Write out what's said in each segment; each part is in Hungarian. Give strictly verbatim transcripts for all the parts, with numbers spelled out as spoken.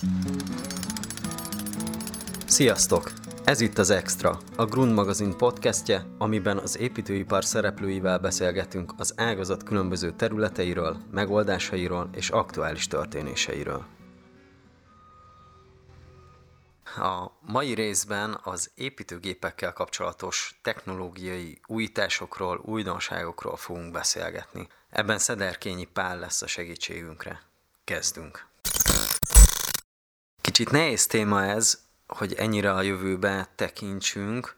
Sziasztok! Ez itt az Extra, a Grund magazin podcastje, amiben az építőipar szereplőivel beszélgetünk az ágazat különböző területeiről, megoldásairól és aktuális történéseiről. A mai részben az építőgépekkel kapcsolatos technológiai újításokról, újdonságokról fogunk beszélgetni. Ebben Szederkényi Pál lesz a segítségünkre. Kezdünk! Kicsit nehéz téma ez, hogy ennyire a jövőbe tekintsünk,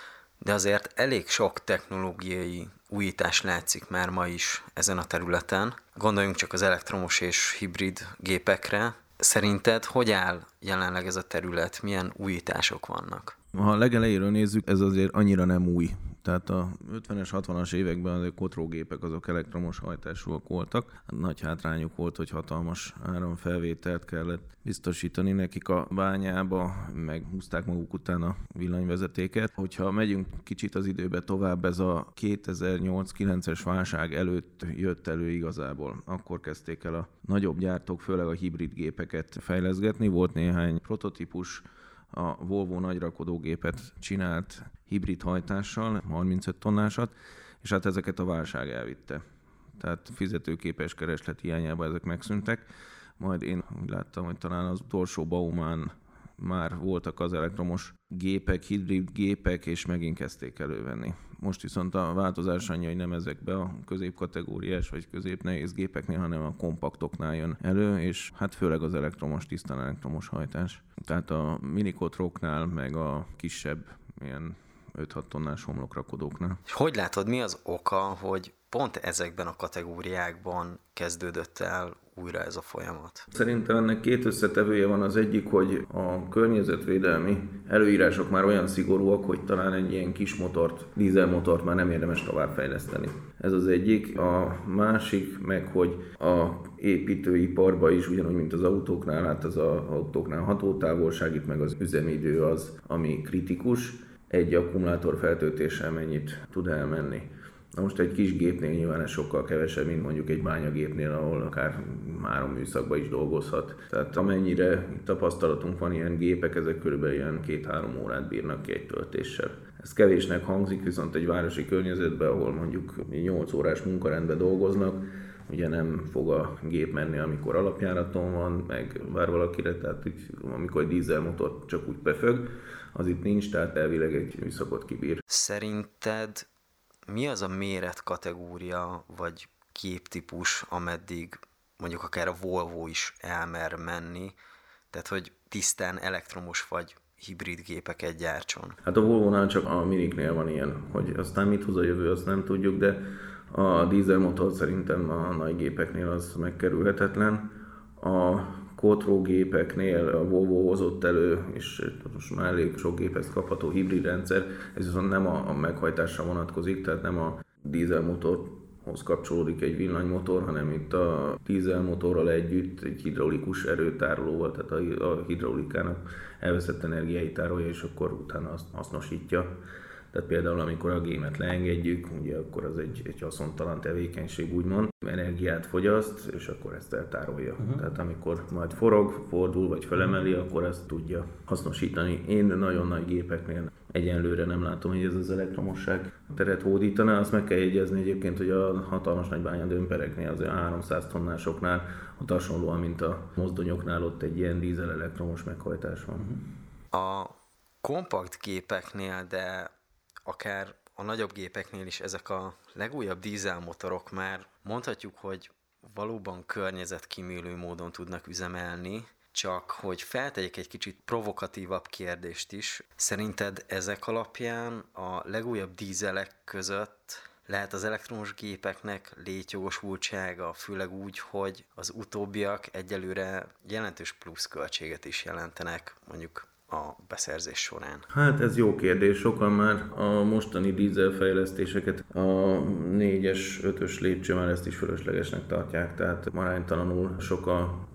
de azért elég sok technológiai újítás látszik már ma is ezen a területen. Gondoljunk csak az elektromos és hibrid gépekre. Szerinted hogy áll jelenleg ez a terület? Milyen újítások vannak? Ha a legelejéről nézzük, ez azért annyira nem új. Tehát a ötvenes, hatvanas években az kotrógépek azok elektromos hajtásúak voltak. Nagy hátrányuk volt, hogy hatalmas áramfelvételt kellett biztosítani nekik a bányába, meg húzták maguk után a villanyvezetéket. Hogyha megyünk kicsit az időbe tovább, ez a kétezer-nyolc-kilences válság előtt jött elő igazából. Akkor kezdték el a nagyobb gyártók, főleg a hibrid gépeket fejleszgetni. Volt néhány prototípus, a Volvo nagyrakodógépet csinált hibrid hajtással, harmincöt tonnásat, és hát ezeket a válság elvitte. Tehát fizetőképes kereslet hiányában ezek megszűntek. Majd én úgy láttam, hogy talán az utolsó Baumán már voltak az elektromos gépek, hibrid gépek, és megint kezdték elővenni. Most viszont a változás annyi, hogy nem ezekbe a középkategóriás vagy középnehéz gépeknél, hanem a kompaktoknál jön elő, és hát főleg az elektromos, tisztán elektromos hajtás. Tehát a minikotroknál, meg a kisebb ilyen öt-hat tonnás homlokrakodóknál. És hogy látod, mi az oka, hogy pont ezekben a kategóriákban kezdődött el újra ez a folyamat? Szerintem ennek két összetevője van. Az egyik, hogy a környezetvédelmi előírások már olyan szigorúak, hogy talán egy ilyen kis motort, dízelmotort már nem érdemes továbbfejleszteni. Ez az egyik. A másik meg, hogy a építőiparban is, ugyanúgy, mint az autóknál, hát az a, autóknál hatótávolság, itt meg az üzemidő az, ami kritikus. Egy akkumulátor feltöltéssel mennyit tud elmenni. Na most egy kis gépnél nyilván ez sokkal kevesebb, mint mondjuk egy bányagépnél, ahol akár három műszakban is dolgozhat. Tehát amennyire tapasztalatunk van ilyen gépek, ezek körülbelül ilyen két-három órát bírnak ki egy töltéssel. Ez kevésnek hangzik, viszont egy városi környezetben, ahol mondjuk nyolc órás munkarendben dolgoznak, ugye nem fog a gép menni, amikor alapjáraton van, meg vár valakire, tehát úgy, amikor egy dízelmotor csak úgy befög, az itt nincs, tehát elvileg egy műszakot kibír. Szerinted mi az a méretkategória vagy képtípus, ameddig mondjuk akár a Volvo is elmer menni, tehát hogy tisztán elektromos vagy hibrid gépeket gyártson? Hát a Volvo-nál csak a Miniknél van ilyen, hogy aztán mit hoz a jövő, azt nem tudjuk, de a dízelmotor szerintem a nagy gépeknél az megkerülhetetlen. A kotrógépeknél a Volvo hozott elő, és most már elég sok géphez kapható hibrid rendszer, ez viszont nem a, a meghajtásra vonatkozik, tehát nem a dízelmotorhoz kapcsolódik egy villanymotor, hanem itt a dízelmotorral együtt egy hidraulikus erőtárolóval, tehát a, a hidraulikának elveszett energiái tárolja, és akkor utána azt hasznosítja. Tehát például amikor a gémet leengedjük, ugye akkor az egy, egy haszontalan tevékenység úgymond, energiát fogyaszt, és akkor ezt eltárolja. Uh-huh. Tehát amikor majd forog, fordul vagy felemeli, akkor ezt tudja hasznosítani. Én nagyon nagy gépeknél egyenlőre nem látom, hogy ez az elektromosság teret hódítaná. Azt meg kell jegyezni egyébként, hogy a hatalmas nagy bányadömpereknél, az háromszáz tonnásoknál, ott hasonlóan, mint a mozdonyoknál, ott egy ilyen dízel-elektromos meghajtás van. Uh-huh. A kompakt gépeknél, de akár a nagyobb gépeknél is ezek a legújabb dízelmotorok már mondhatjuk, hogy valóban környezetkímélő módon tudnak üzemelni, csak hogy feltegyek egy kicsit provokatívabb kérdést is. Szerinted ezek alapján a legújabb dízelek között lehet az elektromos gépeknek létjogosultsága, főleg úgy, hogy az utóbbiak egyelőre jelentős pluszköltséget is jelentenek, mondjuk a beszerzés során? Hát ez jó kérdés. Sokan már a mostani dízelfejlesztéseket a négyes, ötös lépcső már ezt is fölöslegesnek tartják, tehát aránytalanul sok a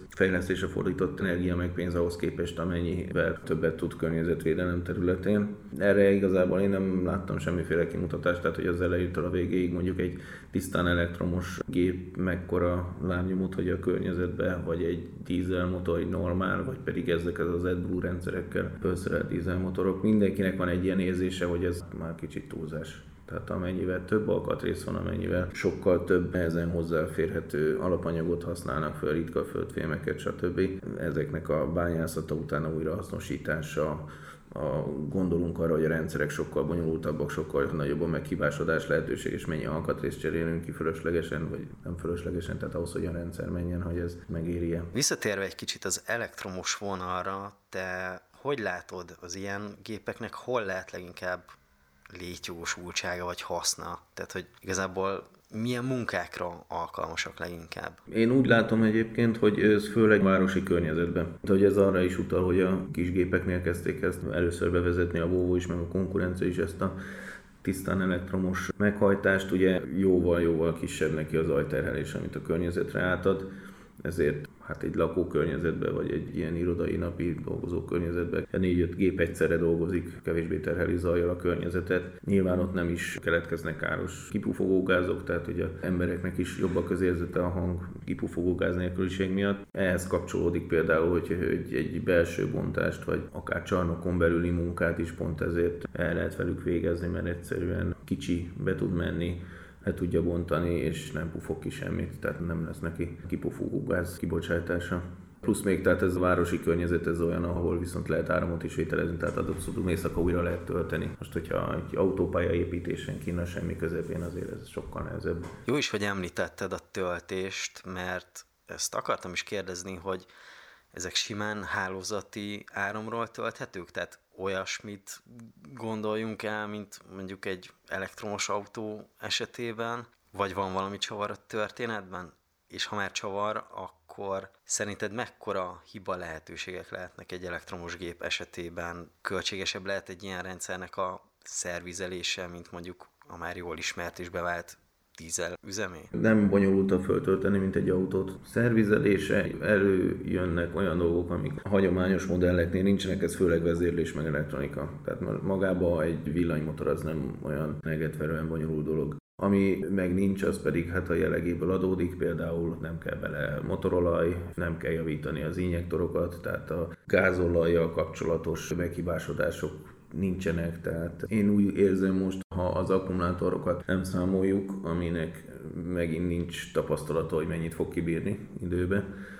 fejlesztésre fordított energia meg pénz ahhoz képest, amennyivel többet tud környezetvédelem területén. Erre igazából én nem láttam semmiféle kimutatást, tehát hogy az elejétől a végéig mondjuk egy tisztán elektromos gép mekkora lábnyomot hagy a környezetbe, vagy egy dízelmotor, egy normál, vagy pedig ezek az AdBlue rendszerekkel felszerelt dízelmotorok. Mindenkinek van egy ilyen érzése, hogy ez már kicsit túlzás. Tehát amennyivel több alkatrész van, amennyivel sokkal több nehezen hozzáférhető alapanyagot használnak fel, ritka földfémeket, stb. Ezeknek a bányászata, utána újrahasznosítása, a, gondolunk arra, hogy a rendszerek sokkal bonyolultabbak, sokkal nagyobb a meghibásodás lehetőség, és mennyi alkatrészt cserélünk ki fölöslegesen, vagy nem fölöslegesen, tehát ahhoz, hogy a rendszer menjen, hogy ez megéri-e. Visszatérve egy kicsit az elektromos vonalra, te hogy látod az ilyen gépeknek, hol lehet leginkább létjogosultsága vagy haszna? Tehát, hogy igazából milyen munkákra alkalmasak leginkább? Én úgy látom egyébként, hogy ez főleg városi környezetben. De hogy ez arra is utal, hogy a kis gépeknél kezdték ezt először bevezetni, a Volvo is, meg a konkurencia is ezt a tisztán elektromos meghajtást. Ugye jóval-jóval kisebb neki az zajterhelés, amit a környezetre átad. Ezért hát egy lakókörnyezetben, vagy egy ilyen irodai napi dolgozó környezetben négy-öt gép egyszerre dolgozik, kevésbé terheli zajjal a környezetet. Nyilván ott nem is keletkeznek káros kipufogógázok, tehát hogy az embereknek is jobb a közérzete a hang kipufogógáz nélküliség miatt. Ehhez kapcsolódik például, hogy egy belső bontást, vagy akár csarnokon belüli munkát is pont ezért el lehet velük végezni, mert egyszerűen kicsi, be tud menni, le tudja bontani, és nem pufog ki semmit, tehát nem lesz neki kipufogógáz kibocsátása. Plusz még, tehát ez a városi környezet, ez olyan, ahol viszont lehet áramot is vételezni, tehát adott szóval éjszaka újra lehet tölteni. Most, hogyha egy autópálya építésen Kína semmi közepén, azért ez sokkal nehezebb. Jó is, hogy említetted a töltést, mert ezt akartam is kérdezni, hogy ezek simán hálózati áramról tölthetők? Tehát olyasmit gondoljunk el, mint mondjuk egy elektromos autó esetében? Vagy van valami csavar a történetben? És ha már csavar, akkor szerinted mekkora hiba lehetőségek lehetnek egy elektromos gép esetében? Költségesebb lehet egy ilyen rendszernek a szervizelése, mint mondjuk a már jól ismert és bevált dízel üzemé? Nem bonyolultabb föltölteni, mint egy autót. Szervizelése, előjönnek olyan dolgok, amik a hagyományos modelleknél nincsenek, ez főleg vezérlés meg elektronika. Tehát magában egy villanymotor az nem olyan megetverően bonyolult dolog. Ami meg nincs, az pedig hát a jellegéből adódik, például nem kell bele motorolaj, nem kell javítani az injektorokat, tehát a gázolajjal kapcsolatos meghibásodások nincsenek, tehát én úgy érzem most, ha az akkumulátorokat nem számoljuk, aminek megint nincs tapasztalata, hogy mennyit fog kibírni időbe,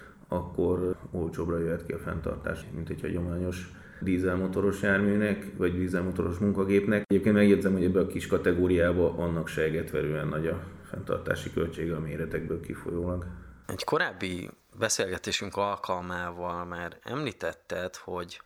akkor olcsóbbra jöhet ki a fenntartás, mint egy hagyományos dízelmotoros járműnek, vagy dízelmotoros munkagépnek. Egyébként megjegyzem, hogy ebben a kis kategóriában annak se egetverően nagy a fenntartási költsége a méretekből kifolyólag. Egy korábbi beszélgetésünk alkalmával már említetted, hogy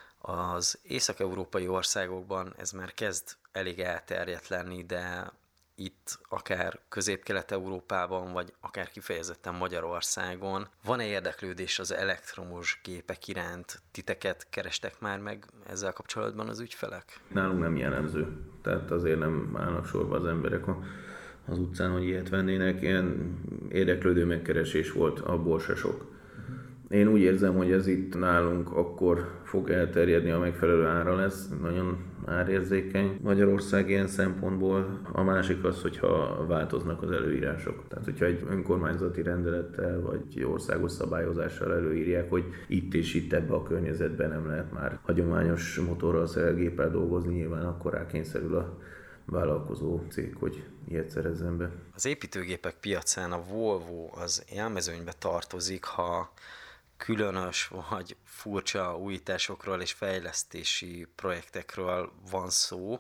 az észak-európai országokban ez már kezd elég elterjedt lenni, de itt akár Közép-Kelet-Európában, vagy akár kifejezetten Magyarországon van-e érdeklődés az elektromos gépek iránt? Titeket kerestek már meg ezzel kapcsolatban az ügyfelek? Nálunk nem jellemző, tehát azért nem állnak sorba az emberek a, az utcán, hogy ilyet vennének. Ilyen érdeklődő megkeresés volt, abból se sok. Én úgy érzem, hogy ez itt nálunk akkor fog elterjedni, a megfelelő ára lesz, nagyon árérzékeny Magyarország ilyen szempontból. A másik az, hogyha változnak az előírások. Tehát, hogyha egy önkormányzati rendelettel vagy országos szabályozással előírják, hogy itt és itt ebbe a környezetben nem lehet már hagyományos motorral, szerelgéppel dolgozni, nyilván akkor rákényszerül a vállalkozó cég, hogy ilyet szerezzen be. Az építőgépek piacán a Volvo az élmezőnybe tartozik, ha különös vagy furcsa újításokról és fejlesztési projektekről van szó,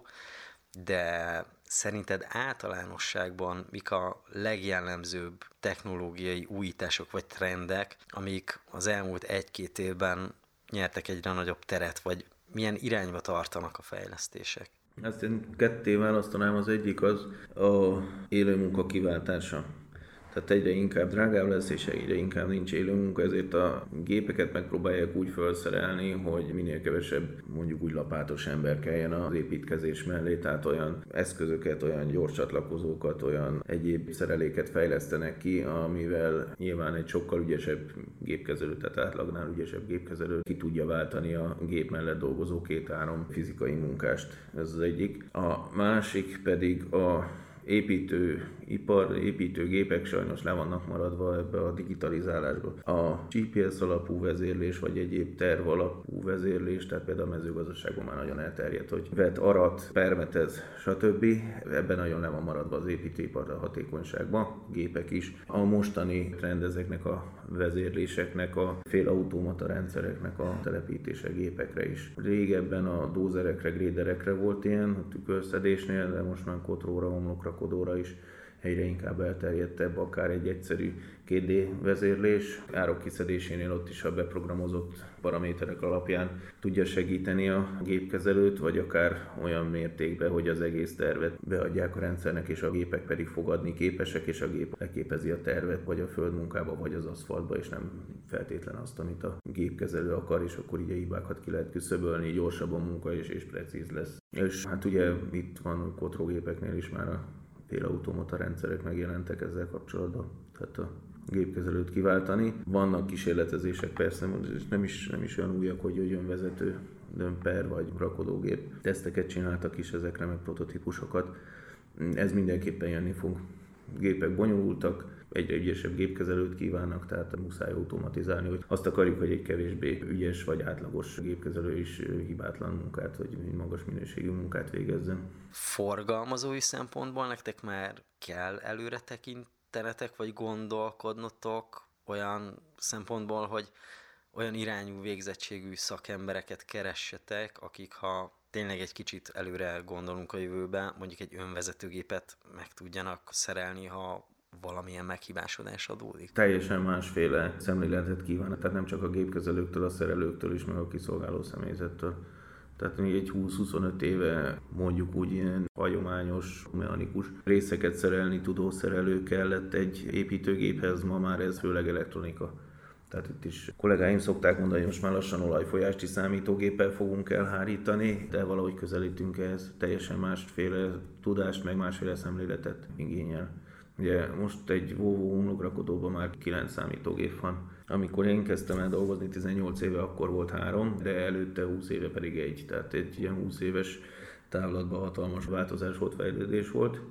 de szerinted általánosságban mik a legjellemzőbb technológiai újítások vagy trendek, amik az elmúlt egy-két évben nyertek egyre nagyobb teret, vagy milyen irányba tartanak a fejlesztések? Ezt én ketté választanám, az egyik az a élőmunka kiváltása. Tehát egyre inkább drágább lesz, és egyre inkább nincs élő munka, ezért a gépeket megpróbálják úgy felszerelni, hogy minél kevesebb, mondjuk úgy lapátos ember kelljen az építkezés mellé, tehát olyan eszközöket, olyan gyors csatlakozókat, olyan egyéb szereléket fejlesztenek ki, amivel nyilván egy sokkal ügyesebb gépkezelő, tehát átlagnál ügyesebb gépkezelő ki tudja váltani a gép mellett dolgozó két-három fizikai munkást. Ez az egyik. A másik pedig a építőipar, építőgépek sajnos le vannak maradva ebbe a digitalizálásba. A gé pé es alapú vezérlés, vagy egyéb terv alapú vezérlés, tehát például a mezőgazdaságban már nagyon elterjedt, hogy vet, arat, permetez, stb. Ebben nagyon le van maradva az építőipar a hatékonyságban, gépek is. A mostani trend ezeknek a vezérléseknek, a félautomata rendszereknek a telepítése gépekre is. Régebben a dózerekre, gréderekre volt ilyen, a tükörszedésnél, de most már kotróra, omlokra, kodóra is egyre inkább elterjedtebb, akár egy egyszerű két dé vezérlés. Árok kiszedésénél ott is a beprogramozott paraméterek alapján tudja segíteni a gépkezelőt, vagy akár olyan mértékben, hogy az egész tervet beadják a rendszernek, és a gépek pedig fogadni képesek, és a gép leképezi a tervet, vagy a földmunkába, vagy az aszfaltba, és nem feltétlen azt, amit a gépkezelő akar, és akkor így a hibákat ki lehet küszöbölni, gyorsabb a munka, és, és precíz lesz. És hát ugye itt van kotrógépeknél is már a félautomata rendszerek megjelentek ezzel kapcsolatban, tehát a gépkezelőt kiváltani. Vannak kísérletezések persze, és nem is, nem is olyan újak, hogy jöjjön vezető dömper vagy rakodógép. Teszteket csináltak is ezekre, meg prototípusokat. Ez mindenképpen jönni fog. Gépek bonyolultak, egyre ügyesebb gépkezelőt kívánnak, tehát muszáj automatizálni, hogy azt akarjuk, hogy egy kevésbé ügyes vagy átlagos gépkezelő is hibátlan munkát, vagy magas minőségű munkát végezzen. Forgalmazói szempontból nektek már kell előre tekintenetek, vagy gondolkodnotok olyan szempontból, hogy olyan irányú végzettségű szakembereket keressetek, akik ha tényleg egy kicsit előre gondolunk a jövőbe, mondjuk egy önvezetőgépet meg tudjanak szerelni, ha valamilyen meghibásodás adódik? Teljesen másféle szemléletet kívánnak, tehát nem csak a gépkezelőktől, a szerelőktől is, meg a kiszolgáló személyzettől. Tehát még egy húsz-huszonöt éve mondjuk úgy ilyen hagyományos, mechanikus részeket szerelni tudó szerelő kellett egy építőgéphez, ma már ez főleg elektronika. Tehát itt is kollégáim szokták mondani, hogy most már lassan olajfolyást is számítógéppel fogunk elhárítani, de valahogy közelítünk ehhez, teljesen másféle tudást, meg másféle szemléletet igényel. Ugye most egy Volvo homlokrakodóban már kilenc számítógép van. Amikor én kezdtem el dolgozni tizennyolc éve, akkor volt három, de előtte húsz éve pedig egy. Tehát egy ilyen húsz éves távlatban hatalmas változás volt, fejlődés volt.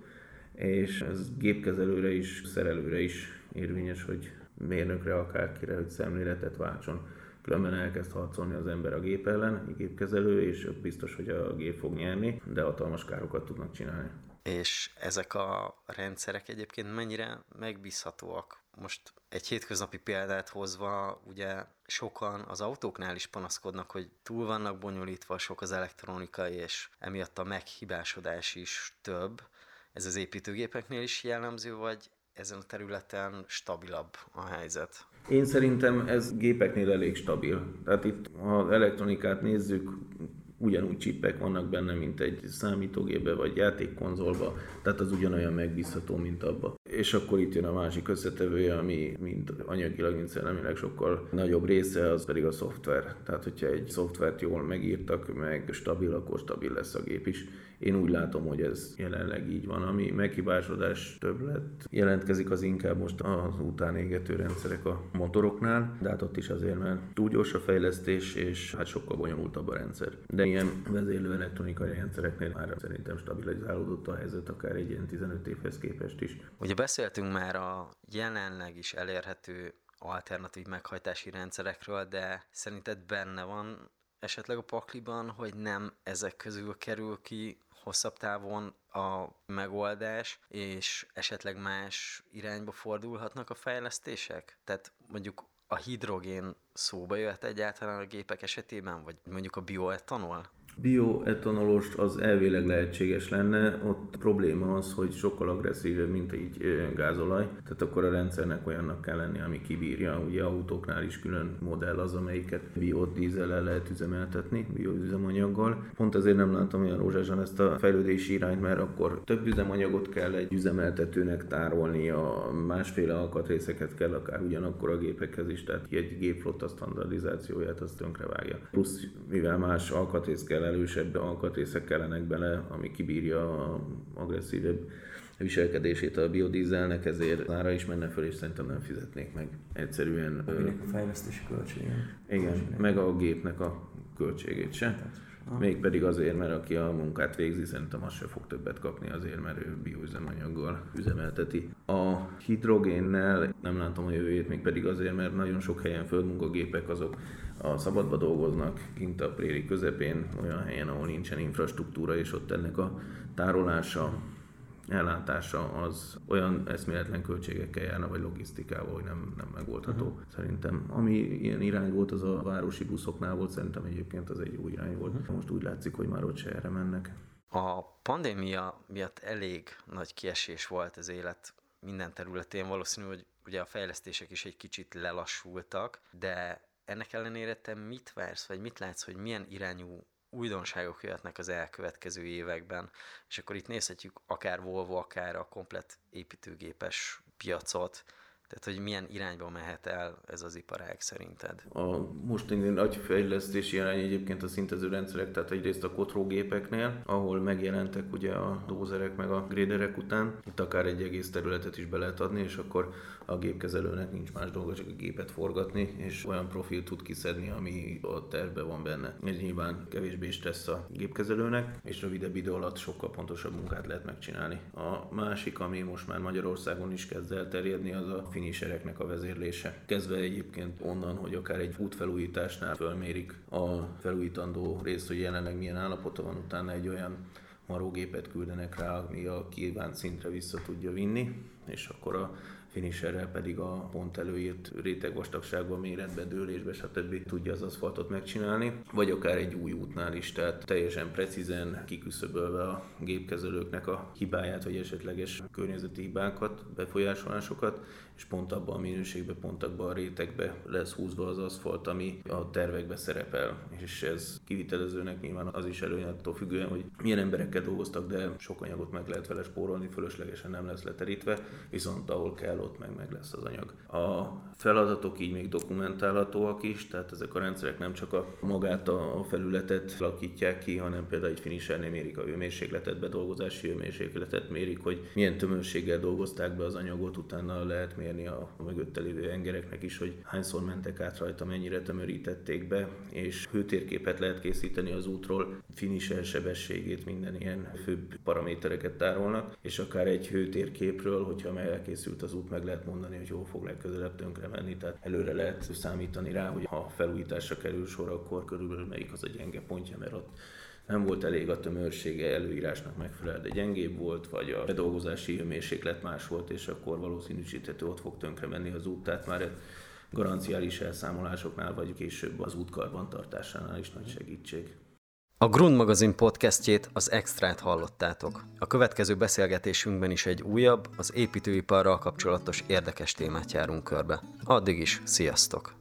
És ez gépkezelőre is, szerelőre is érvényes, hogy mérnökre, akárkire, hogy szemléletet váltson. Különben elkezd harcolni az ember a gép ellen, a gépkezelő, és biztos, hogy a gép fog nyerni, de hatalmas károkat tudnak csinálni. És ezek a rendszerek egyébként mennyire megbízhatóak? Most egy hétköznapi példát hozva, ugye sokan az autóknál is panaszkodnak, hogy túl vannak bonyolítva, sok az elektronika, és emiatt a meghibásodás is több. Ez az építőgépeknél is jellemző, vagy ezen a területen stabilabb a helyzet? Én szerintem ez gépeknél elég stabil. Tehát itt, ha az elektronikát nézzük, ugyanúgy csippek vannak benne, mint egy számítógépbe vagy játékkonzolba, tehát az ugyanolyan megbízható, mint abba. És akkor itt jön a másik összetevője, ami mind anyagilag, mind szellemileg sokkal nagyobb része, az pedig a szoftver. Tehát, hogyha egy szoftvert jól megírtak, meg stabil, akkor stabil lesz a gép is. Én úgy látom, hogy ez jelenleg így van, ami meghibásodás többlet jelentkezik, az inkább most az utánégető rendszerek a motoroknál, de hát ott is azért, mert túl gyors a fejlesztés, és hát sokkal bonyolultabb a rendszer. De ilyen vezérlő elektronikai rendszereknél már szerintem stabilizálódott a helyzet, akár egy ilyen tizenöt évhez képest is. Ugye beszéltünk már a jelenleg is elérhető alternatív meghajtási rendszerekről, de szerinted benne van esetleg a pakliban, hogy nem ezek közül kerül ki hosszabb távon a megoldás, és esetleg más irányba fordulhatnak a fejlesztések? Tehát mondjuk a hidrogén szóba jöhet egyáltalán a gépek esetében, vagy mondjuk a bioetanol? Bioetanolos az elvileg lehetséges lenne, ott probléma az, hogy sokkal agresszívebb, mint így gázolaj, tehát akkor a rendszernek olyannak kell lenni, ami kibírja. Ugye autóknál is külön modell az, amelyiket biodízellel lehet üzemeltetni, bioüzemanyaggal. Pont ezért nem látom olyan rózsásan ezt a fejlődési irányt, mert akkor több üzemanyagot kell egy üzemeltetőnek tárolnia, másféle alkatrészeket kell akár ugyanakkor a gépekhez is, tehát egy gépflotta standardizációját azt tönkrevágja. Plusz, mivel más alkatrész kell, elősebb alkatrészek kellenek bele, ami kibírja a agresszívebb viselkedését a biodízelnek, ezért ára is menne föl, és szerintem nem fizetnék meg. Egyszerűen... Aminek a fejlesztési költsége. Igen, meg a gépnek a költségét se. Mégpedig azért, mert aki a munkát végzi, szerintem az se fog többet kapni azért, mert ő bioüzemanyaggal üzemelteti. A hidrogénnel nem látom a jövőjét, mégpedig azért, mert nagyon sok helyen földmunkagépek azok a szabadba dolgoznak, kint a préri közepén, olyan helyen, ahol nincsen infrastruktúra, és ott ennek a tárolása, ellátása az olyan eszméletlen költségekkel járna, vagy logisztikával, hogy nem, nem megoldható. Uh-huh. Szerintem, ami ilyen irány volt, az a városi buszoknál volt, szerintem egyébként az egy jó irány volt. Uh-huh. Most úgy látszik, hogy már ott se erre mennek. A pandémia miatt elég nagy kiesés volt az élet minden területén. Valószínű, hogy ugye a fejlesztések is egy kicsit lelassultak, de ennek ellenére te mit vársz, vagy mit látsz, hogy milyen irányú újdonságok jöhetnek az elkövetkező években, és akkor itt nézhetjük akár Volvo, akár a komplett építőgépes piacot, tehát hogy milyen irányba mehet el ez az iparág szerinted? A mostani nagy fejlesztési irány egyébként a szintező rendszerek, tehát egyrészt a kotrógépeknél, ahol megjelentek ugye a dózerek meg a gréderek után, itt akár egy egész területet is be lehet adni, és akkor a gépkezelőnek nincs más dolga, csak a gépet forgatni, és olyan profil tud kiszedni, ami a tervben van benne. Ez nyilván kevésbé stressz a gépkezelőnek, és rövidebb idő alatt sokkal pontosabb munkát lehet megcsinálni. A másik, ami most már Magyarországon is kezd elterjedni, az a finishereknek a vezérlése. Kezdve egyébként onnan, hogy akár egy útfelújításnál fölmérik a felújítandó részt, hogy jelenleg milyen állapota van, utána egy olyan marógépet küldenek rá, ami a kívánt szintre vissza tudja vinni, és akkor a finisherrel pedig a pont előírt rétegvastagságban, méretbe, dőlésbe, stb. Tudja az aszfaltot megcsinálni, vagy akár egy új útnál is, tehát teljesen precízen kiküszöbölve a gépkezelőknek a hibáját, vagy esetleges környezeti hibákat, befolyásolásokat, és pont abban a minőségben, pont abban a rétegben lesz húzva az aszfalt, ami a tervekben szerepel. És ez kivitelezőnek nyilván az is előny attól függően, hogy milyen emberekkel dolgoztak, de sok anyagot meg lehet vele spórolni, fölöslegesen nem lesz leterítve, viszont ahol kell, ott meg meg lesz az anyag. A feladatok így még dokumentálhatóak is, tehát ezek a rendszerek nem csak a magát a felületet alakítják ki, hanem például egy finishernél mérik a hőmérsékletet, bedolgozási hőmérsékletet mérik, hogy milyen tömörséggel dolgozták be az anyagot, utána lehet mérni a mögötte lévő engereknek is, hogy hányszor mentek át rajta, mennyire tömörítették be, és hőtérképet lehet készíteni az útról, finisher sebességét, minden ilyen főbb paramétereket tárolnak, és akár egy hőtérképről, hogyha már elkészült az út, meg lehet mondani, hogy hol fog legközelebb tönkre menni, tehát előre lehet számítani rá, hogy ha felújításra kerül sor, akkor körülbelül melyik az a gyenge pontja, mert ott nem volt elég a tömörsége előírásnak megfelel, de gyengébb volt, vagy a bedolgozási hőmérséklet más volt, és akkor valószínűsíthető ott fog tönkre menni az út, tehát már garanciális elszámolásoknál, vagy később az út karbantartásánál is nagy segítség. A Grund magazin podcastjét, az Extrát hallottátok. A következő beszélgetésünkben is egy újabb, az építőiparral kapcsolatos érdekes témát járunk körbe. Addig is, sziasztok!